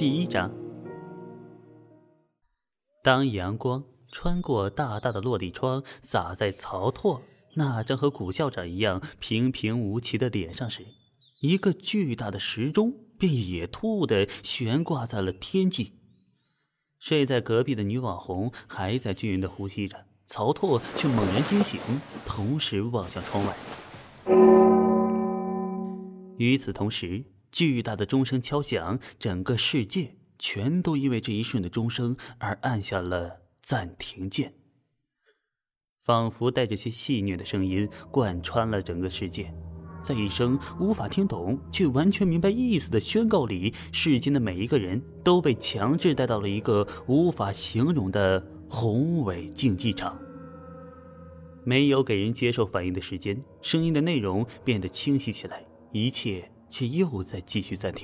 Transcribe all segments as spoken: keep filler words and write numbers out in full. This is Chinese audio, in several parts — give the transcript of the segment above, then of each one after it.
第一章。当阳光穿过大大的落地窗，洒在曹拓那张和古校长一样平平无奇的脸上时，一个巨大的时钟便野兔地悬挂在了天际。睡在隔壁的女网红还在均匀地呼吸着，曹拓却猛然惊醒，同时望向窗外。与此同时，巨大的钟声敲响，整个世界全都因为这一瞬的钟声而按下了暂停键，仿佛带着些戏谑的声音贯穿了整个世界。在一声无法听懂却完全明白意思的宣告里，世间的每一个人都被强制带到了一个无法形容的宏伟竞技场。没有给人接受反应的时间，声音的内容变得清晰起来，一切却又在继续暂停。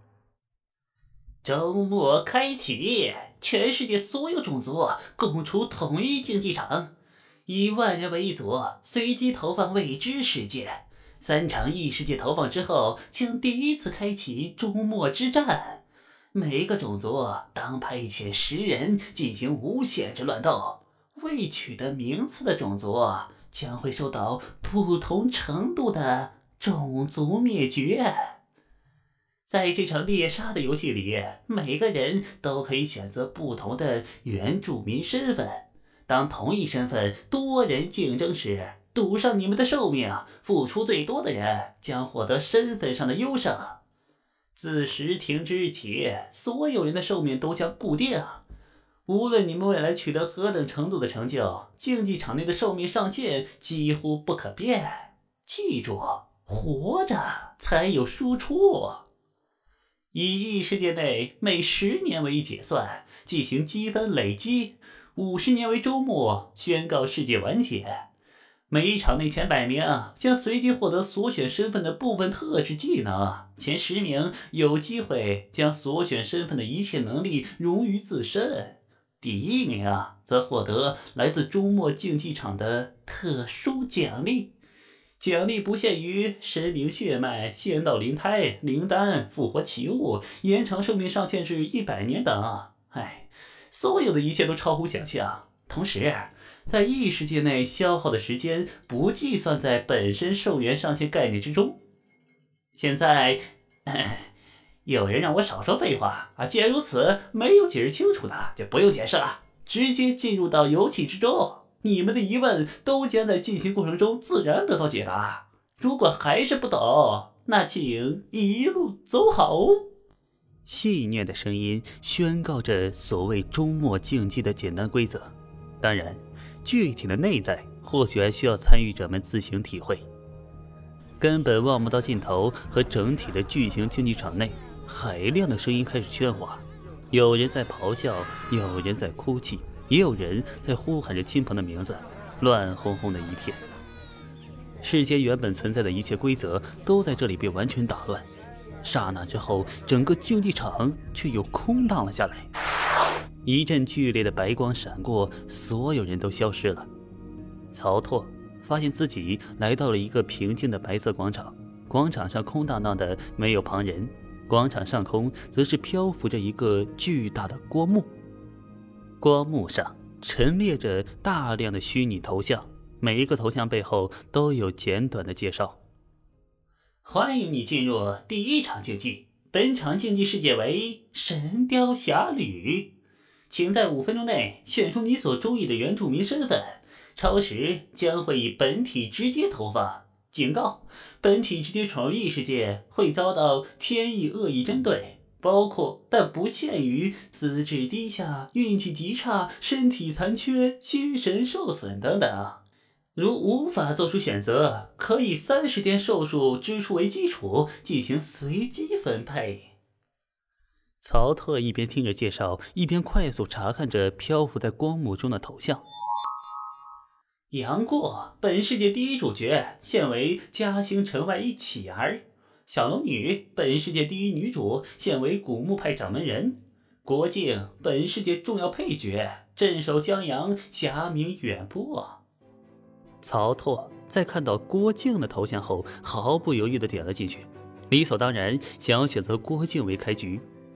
周末开启，全世界所有种族共处统一竞技场，以万人为一组，随机投放未知事件。三场异世界投放之后，将第一次开启周末之战。每个种族当派遣十人进行无限制乱斗，未取得名次的种族将会受到不同程度的种族灭绝。在这场猎杀的游戏里，每个人都可以选择不同的原住民身份。当同一身份多人竞争时，赌上你们的寿命，付出最多的人将获得身份上的优胜。自时停之日起，所有人的寿命都将固定。无论你们未来取得何等程度的成就，竞技场内的寿命上限几乎不可变。记住，活着才有输出。以异世界内每十年为一结算，进行积分累积，五十年为周末宣告世界完结。每一场内前百名将随机获得所选身份的部分特质技能，前十名有机会将所选身份的一切能力融于自身，第一名则获得来自周末竞技场的特殊奖励。奖励不限于神灵血脉、仙道灵胎、灵丹、复活奇物、延长寿命上限至一百年等。哎，所有的一切都超乎想象。同时，在异世界内消耗的时间不计算在本身寿元上限概念之中。现在，有人让我少说废话啊！既然如此，没有解释清楚的就不用解释了，直接进入到游戏之中。你们的疑问都将在进行过程中自然得到解答。如果还是不懂，那请一路走好。 戏谑的声音宣告着所谓周末竞技的简单规则，当然具体的内在或许还需要参与者们自行体会。根本望不到尽头和整体的巨型竞技场内，海量的声音开始喧哗，有人在咆哮，有人在哭泣，也有人在呼喊着亲朋的名字，乱哄哄的一片。世间原本存在的一切规则都在这里被完全打乱，刹那之后，整个竞技场却又空荡了下来。一阵剧烈的白光闪过，所有人都消失了。曹拓发现自己来到了一个平静的白色广场，广场上空荡荡的，没有旁人。广场上空则是漂浮着一个巨大的光幕，光幕上陈列着大量的虚拟头像，每一个头像背后都有简短的介绍。 欢迎你进入第一场竞技，本场竞技世界为神雕侠侣，请在五分钟内选出你所中意的原住民身份，超时将会以本体直接投放。警告，本体直接闯入异世界会遭到天意恶意针对，包括但不限于资质低下、运气极差、身体残缺、心神受损等等。如无法做出选择，可以三十天寿数支出为基础进行随机分配。 曹特一边听着介绍，一边快速查看着漂浮在光幕中的头像。 杨过，本世界第一主角，现为嘉兴城外一乞儿。小龙女，本世界第一女主，现为古墓派掌门人。郭靖，本世界重要配角，镇守襄阳，侠名远播。 曹拓在看到郭靖的头像后，毫不犹豫地点了进去，理所当然想要选择郭靖为开局。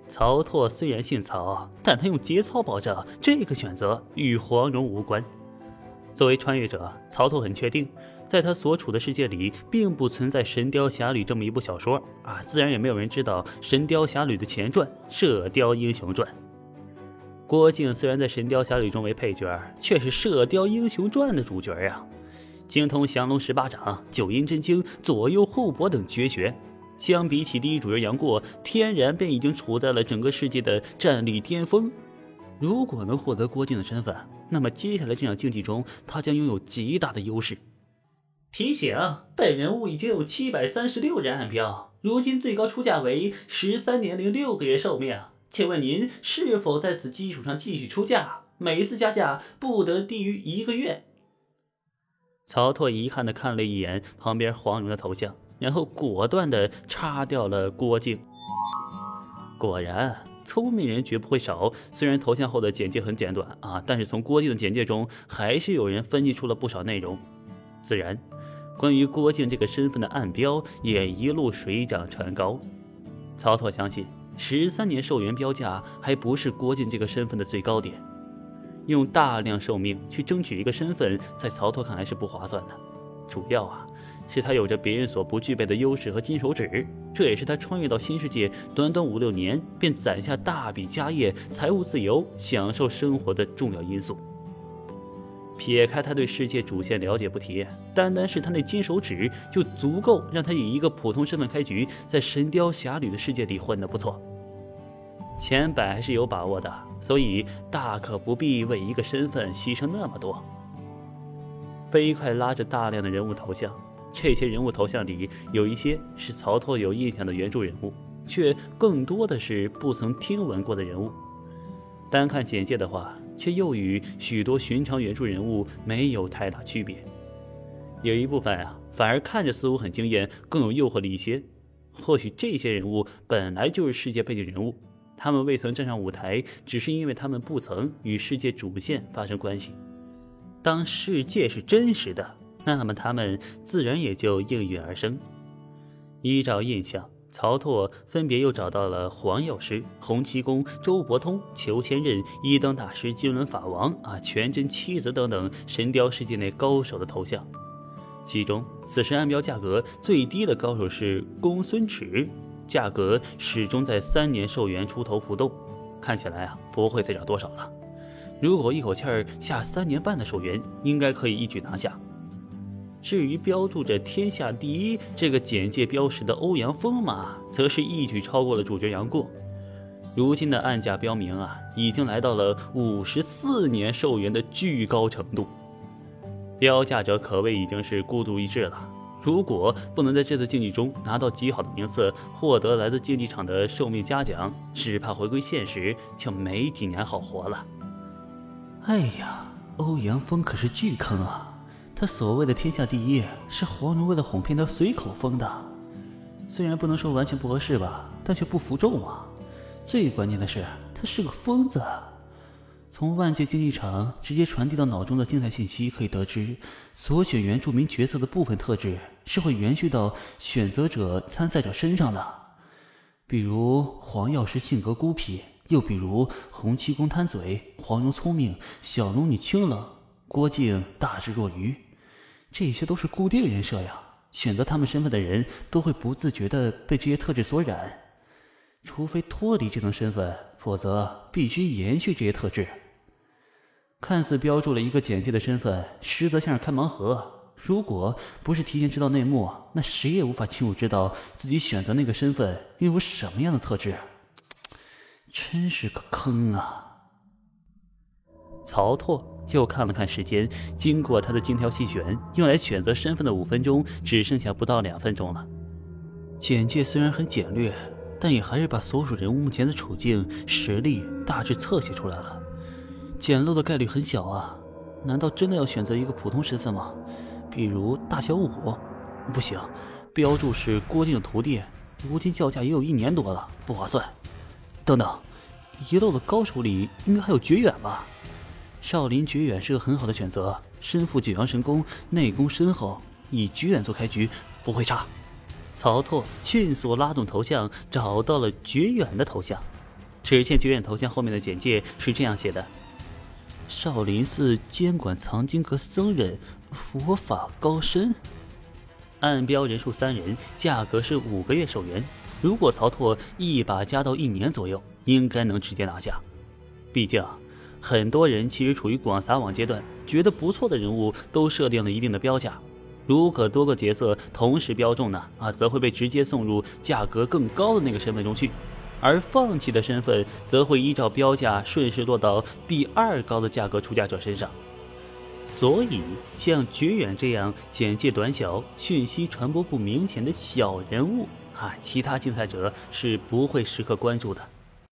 曹拓虽然姓曹，但他用节操保证这个选择与黄蓉无关。作为穿越者，曹拓很确定，在他所处的世界里，并不存在《神雕侠侣》这么一部小说啊，自然也没有人知道《神雕侠侣》的前传《射雕英雄传》。郭靖虽然在《神雕侠侣》中为配角，却是《射雕英雄传》的主角啊，精通降龙十八掌、九阴真经、左右互搏等绝学。相比起第一主角杨过，天然便已经处在了整个世界的战力巅峰。如果能获得郭靖的身份，那么接下来这场竞技中，他将拥有极大的优势。 提醒：本人物已经有七百三十六人暗标，如今最高出价为十三年零六个月寿命。请问您是否在此基础上继续出价？每次加价不得低于一个月。 曹拓遗憾地看了一眼旁边黄蓉的头像，然后果断地叉掉了郭靖。果然聪明人绝不会少，虽然头像后的简介很简短啊，但是从郭靖的简介中还是有人分析出了不少内容。自然关于郭靖这个身份的暗标也一路水涨船高。曹操相信十三年寿元标价还不是郭靖这个身份的最高点，用大量寿命去争取一个身份，在曹操看来是不划算的。主要啊是他有着别人所不具备的优势和金手指，这也是他穿越到新世界短短五六年便攒下大笔家业、财务自由、享受生活的重要因素。撇开他对世界主线了解不提，单单是他那金手指就足够让他以一个普通身份开局，在神雕侠侣的世界里混得不错。前百还是有把握的，所以大可不必为一个身份牺牲那么多。飞快拉着大量的人物头像，这些人物头像里有一些是曹操有印象的原著人物，却更多的是不曾听闻过的人物。单看简介的话，却又与许多寻常原著人物没有太大区别。有一部分啊，反而看着似乎很惊艳，更有诱惑力一些。或许这些人物本来就是世界背景人物，他们未曾站上舞台，只是因为他们不曾与世界主线发生关系。当世界是真实的，那么他们自然也就应运而生。依照印象，曹拓分别又找到了黄药师、洪七公、周伯通、裘千仞、一灯大师、金轮法王啊、全真七子等等神雕世界内高手的头像。其中此时暗标价格最低的高手是公孙尺，价格始终在三年寿元出头浮动，看起来啊不会再涨多少了。如果一口气儿下三年半的寿元，应该可以一举拿下。至于标注着天下第一这个简介标识的欧阳锋嘛，则是一举超过了主角杨过。如今的暗价标明啊，已经来到了五十四年寿元的巨高程度。标价者可谓已经是孤注一掷了。如果不能在这次竞技中拿到极好的名次，获得来自竞技场的寿命嘉奖，只怕回归现实就没几年好活了。哎呀，欧阳锋可是巨坑啊！他所谓的天下第一，是黄蓉为了哄骗他随口封的。虽然不能说完全不合适吧，但却不服众啊。最关键的是，他是个疯子。从万界竞技场直接传递到脑中的静态信息可以得知，所选原住民角色的部分特质是会延续到选择者参赛者身上的。比如黄药师性格孤僻，又比如洪七公贪嘴，黄蓉聪明，小龙女清冷，郭靖大智若愚。这些都是固定人设呀，选择他们身份的人都会不自觉地被这些特质所染，除非脱离这层身份，否则必须延续这些特质。看似标注了一个简介的身份，实则像是开盲盒。如果不是提前知道内幕，那谁也无法清楚知道自己选择那个身份拥有什么样的特质。真是个坑啊！曹拓又看了看时间，经过他的精挑细选，用来选择身份的五分钟只剩下不到两分钟了。简介虽然很简略，但也还是把所属人物目前的处境、实力大致侧写出来了。捡漏的概率很小啊，难道真的要选择一个普通身份吗？比如大小五虎？不行，标注是郭靖的徒弟，如今叫价也有一年多了，不划算。等等，遗漏的高手里应该还有绝远吧？少林绝远是个很好的选择，身负九阳神功，内功深厚，以绝远做开局不会差。曹拓迅速拉动头像，找到了绝远的头像。 只见绝远头像后面的简介是这样写的：少林寺监管藏经阁僧人，佛法高深。暗标人数三人，价格是五个月首元。如果曹拓一把加到一年左右，应该能直接拿下。毕竟很多人其实处于广撒网阶段，觉得不错的人物都设定了一定的标价，如果多个角色同时标中呢，啊，则会被直接送入价格更高的那个身份中去，而放弃的身份则会依照标价顺势落到第二高的价格出价者身上。所以像绝远这样简介短小、讯息传播不明显的小人物啊，其他竞赛者是不会时刻关注的。